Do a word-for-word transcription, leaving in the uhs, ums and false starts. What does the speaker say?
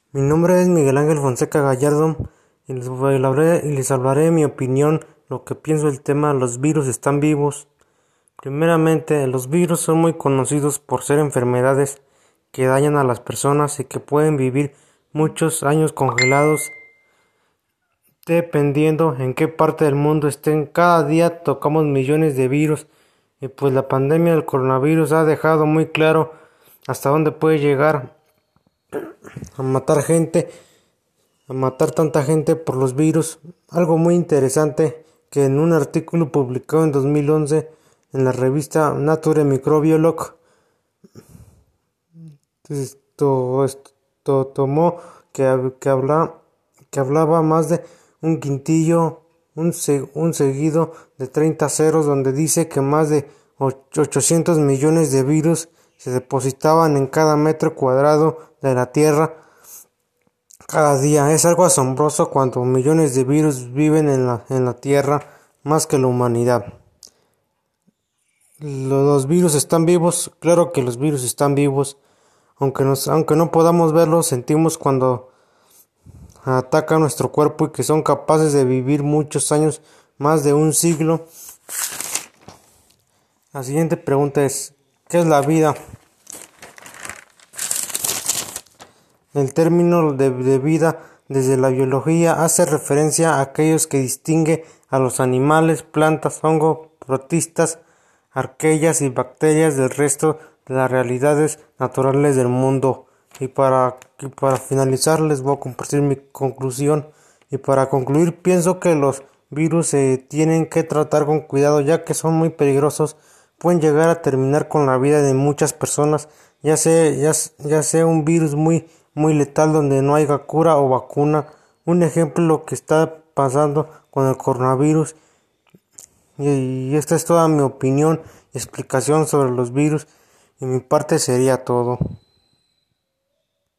Mi nombre es Miguel Ángel Fonseca Gallardo y les, hablaré, y les hablaré de mi opinión, lo que pienso del tema los virus están vivos. Primeramente, los virus son muy conocidos por ser enfermedades que dañan a las personas y que pueden vivir muchos años congelados dependiendo en qué parte del mundo estén. Cada día tocamos millones de virus y pues la pandemia del coronavirus ha dejado muy claro hasta dónde puede llegar a matar gente, a matar tanta gente por los virus. Algo muy interesante que en un artículo publicado en dos mil once en la revista Nature Microbiolog, esto, esto tomó que, que, habla, que hablaba más de un quintillo, un, un seguido de treinta ceros, donde dice que más de ochocientos millones de virus se depositaban en cada metro cuadrado de la Tierra cada día. Es algo asombroso cuando millones de virus viven en la, en la Tierra más que la humanidad. Los virus están vivos, claro que los virus están vivos, aunque, nos, aunque no podamos verlos, sentimos cuando atacan nuestro cuerpo y que son capaces de vivir muchos años, más de un siglo. La siguiente pregunta es, ¿qué es la vida? El término de, de vida desde la biología hace referencia a aquellos que distingue a los animales, plantas, hongos, protistas, arqueas y bacterias del resto de las realidades naturales del mundo. Y para, y para finalizar les voy a compartir mi conclusión. Y para concluir, pienso que los virus se tienen que tratar con cuidado, ya que son muy peligrosos. Pueden llegar a terminar con la vida de muchas personas, ya sea, ya, ya sea un virus muy, muy letal donde no haya cura o vacuna. Un ejemplo lo que está pasando con el coronavirus. Y, y esta es toda mi opinión y explicación sobre los virus. Y mi parte sería todo.